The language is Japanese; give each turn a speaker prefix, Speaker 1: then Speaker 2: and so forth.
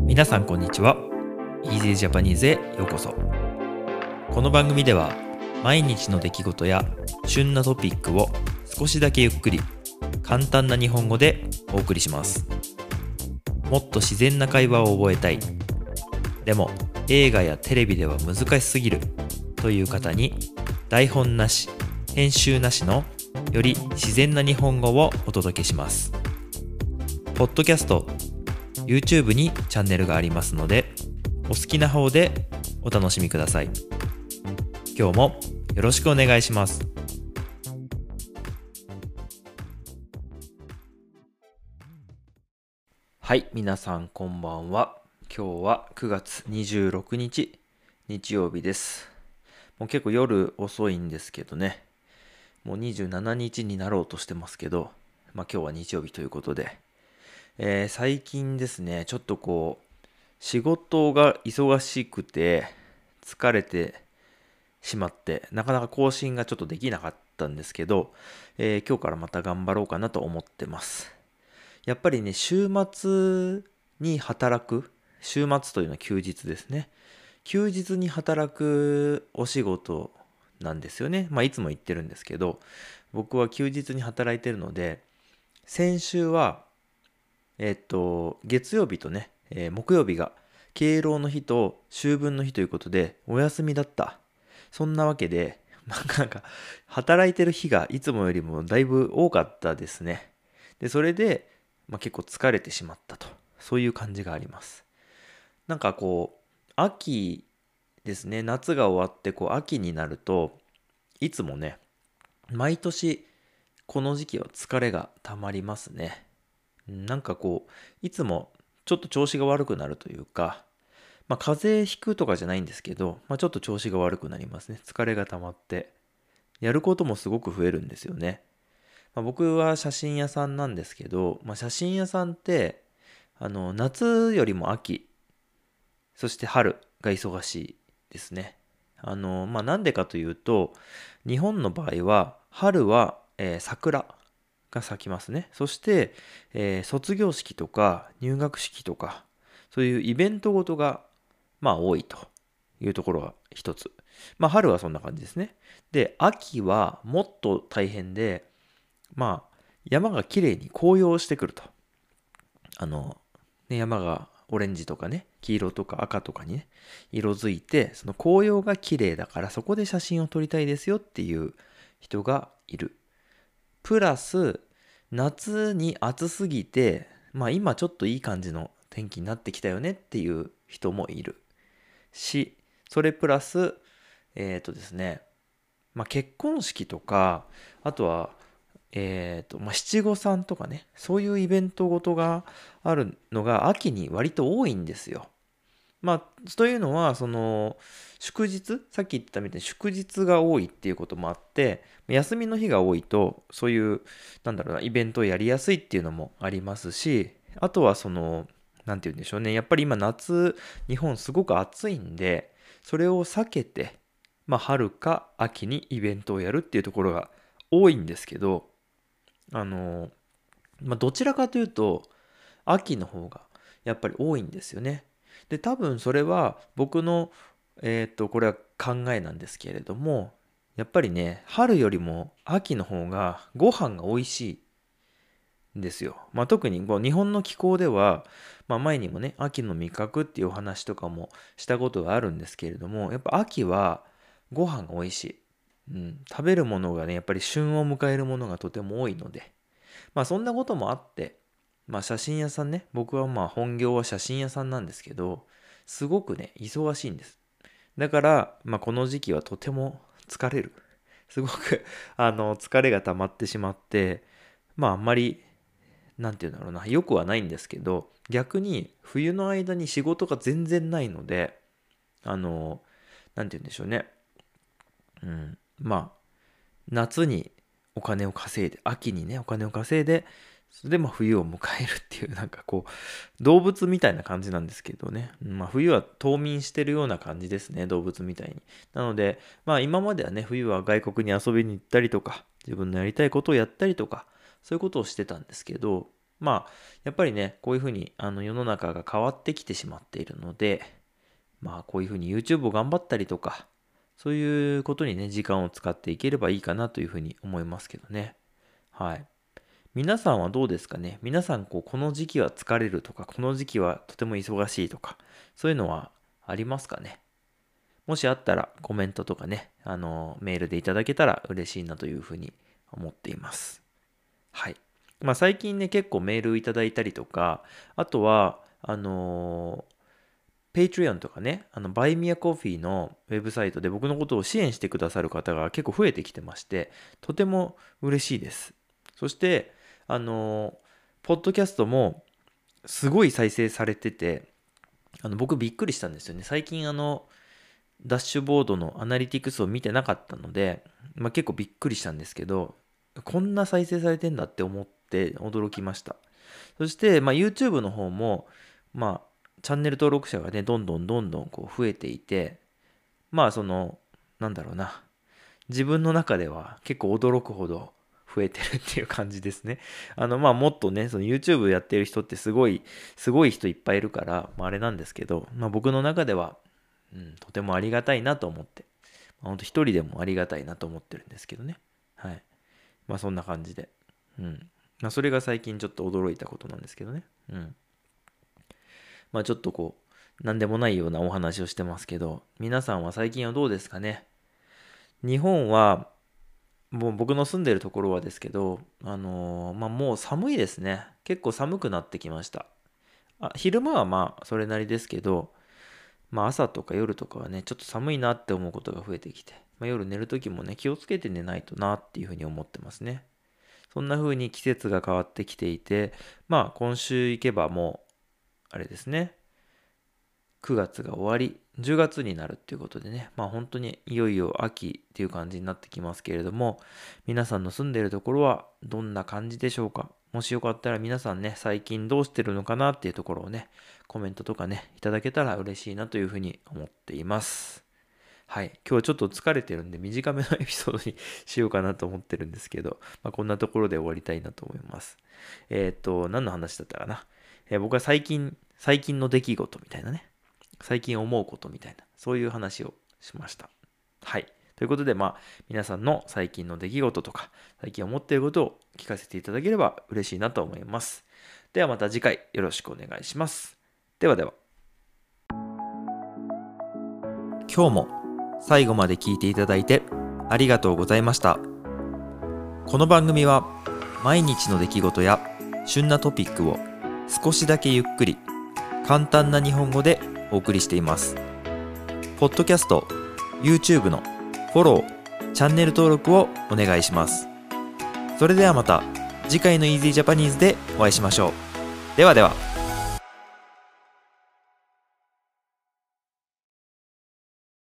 Speaker 1: 皆さんこんにちは。 Easy Japanese へようこそ。この番組では毎日の出来事や旬なトピックを少しだけゆっくり簡単な日本語でお送りします。もっと自然な会話を覚えたい、でも映画やテレビでは難しすぎるという方に、台本なし編集なしのより自然な日本語をお届けします。ポッドキャスト、YouTube にチャンネルがありますので、お好きな方でお楽しみください。今日もよろしくお願いします。はい、皆さんこんばんは。今日は9月26日日曜日です。もう結構夜遅いんですけどね、もう27日になろうとしてますけど、今日は日曜日ということで、最近ですね、ちょっと仕事が忙しくて疲れてしまって、なかなか更新がちょっとできなかったんですけど、今日からまた頑張ろうかなと思ってます。やっぱりね、週末に働く、週末というのは休日ですね。休日に働くお仕事なんですよね。いつも言ってるんですけど、僕は休日に働いてるので、先週は月曜日とね、木曜日が敬老の日と秋分の日ということでお休みだった。そんなわけで、なんか働いてる日がいつもよりもだいぶ多かったですね。で、それで、結構疲れてしまったと。そういう感じがあります。秋ですね。夏が終わって秋になると、いつもね、毎年この時期は疲れがたまりますね。いつもちょっと調子が悪くなるというか、風邪ひくとかじゃないんですけど、ちょっと調子が悪くなりますね。疲れが溜まって。やることもすごく増えるんですよね。僕は写真屋さんなんですけど、写真屋さんって、夏よりも秋、そして春が忙しいですね。なんでかというと、日本の場合は、春は、桜が咲きますね。そして、卒業式とか入学式とか、そういうイベントごとが、多いというところが一つ。春はそんな感じですね。で、秋はもっと大変で、山がきれいに紅葉してくると。山がオレンジとかね、黄色とか赤とかにね、色づいて、その紅葉が綺麗だからそこで写真を撮りたいですよっていう人がいる。プラス、夏に暑すぎて、今ちょっといい感じの天気になってきたよねっていう人もいるし、それプラス、ですね、結婚式とか、あとは、七五三とかね、そういうイベントごとがあるのが秋に割と多いんですよ。というのは、祝日、さっき言ったみたいに祝日が多いっていうこともあって、休みの日が多いと、そういう、イベントをやりやすいっていうのもありますし、あとはなんて言うんでしょうね。やっぱり今夏、日本すごく暑いんで、それを避けて、春か秋にイベントをやるっていうところが多いんですけど、どちらかというと、秋の方がやっぱり多いんですよね。で、多分それは僕の、これは考えなんですけれども、やっぱりね、春よりも秋の方がご飯が美味しいんですよ。特に日本の気候では、前にもね、秋の味覚っていうお話とかもしたことがあるんですけれども、やっぱ秋はご飯が美味しい。食べるものがね、やっぱり旬を迎えるものがとても多いので、そんなこともあって、写真屋さんね、僕は本業は写真屋さんなんですけど、すごくね、忙しいんです。だから、この時期はとても疲れる。すごく疲れが溜まってしまって、あんまり、なんていうんだろうな、良くはないんですけど、逆に冬の間に仕事が全然ないので、なんていうんでしょうね。夏にお金を稼いで、秋にね、お金を稼いで、それで冬を迎えるっていう、動物みたいな感じなんですけどね。冬は冬眠してるような感じですね、動物みたいに。なので、今まではね、冬は外国に遊びに行ったりとか、自分のやりたいことをやったりとか、そういうことをしてたんですけど、 まあやっぱりね、こういうふうに世の中が変わってきてしまっているので、まあこういうふうに YouTube を頑張ったりとか、そういうことにね、時間を使っていければいいかなというふうに思いますけどね。はい。皆さんはどうですかね。皆さんこの時期は疲れるとか、この時期はとても忙しいとか、そういうのはありますかね。もしあったらコメントとかね、メールでいただけたら嬉しいなというふうに思っています。はい。まあ最近ね、結構メールいただいたりとか、あとは、Patreon とかね、バイミアコフィーのウェブサイトで僕のことを支援してくださる方が結構増えてきてまして、とても嬉しいです。そして、ポッドキャストもすごい再生されてて、僕びっくりしたんですよね。最近ダッシュボードのアナリティクスを見てなかったので、まあ、結構びっくりしたんですけど、こんな再生されてんだって思って驚きました。そして、まあ、YouTube の方も、まあ、チャンネル登録者がね、どんどんこう増えていて、まあなんだろうな、自分の中では結構驚くほど増えてるっていう感じですね。まあもっとね、その YouTube やってる人ってすごい人いっぱいいるから、まあ、あれなんですけど、まあ僕の中では、とてもありがたいなと思って、まあ、ほんと一人でもありがたいなと思ってるんですけどね。はい。まあそんな感じで。まあそれが最近ちょっと驚いたことなんですけどね。まあちょっとなんでもないようなお話をしてますけど、皆さんは最近はどうですかね。日本は、もう僕の住んでるところはですけど、まあもう寒いですね。結構寒くなってきました。昼間はまあそれなりですけど、まあ朝とか夜とかはね、ちょっと寒いなって思うことが増えてきて、まあ、夜寝るときもね、気をつけて寝ないとなっていうふうに思ってますね。そんな風に季節が変わってきていて、まあ今週行けばもう、あれですね、9月が終わり、10月になるっていうことでね、まあ本当にいよいよ秋っていう感じになってきますけれども、皆さんの住んでいるところはどんな感じでしょうか。もしよかったら皆さんね、最近どうしてるのかなっていうところをね、コメントとかね、いただけたら嬉しいなというふうに思っています。はい。今日はちょっと疲れてるんで短めのエピソードにしようかなと思ってるんですけど、まあ、こんなところで終わりたいなと思います。何の話だったかな。僕は最近の出来事みたいなね、最近思うことみたいな、そういう話をしました。はい。ということで、まあ、皆さんの最近の出来事とか、最近思っていることを聞かせていただければ嬉しいなと思います。ではまた次回よろしくお願いします。ではでは。今日も最後まで聞いていただいてありがとうございました。この番組は毎日の出来事や旬なトピックを少しだけゆっくり簡単な日本語でお送りしています。ポッドキャスト、YouTube のフォロー、チャンネル登録をお願いします。それではまた次回の Easy Japanese でお会いしましょう。ではでは。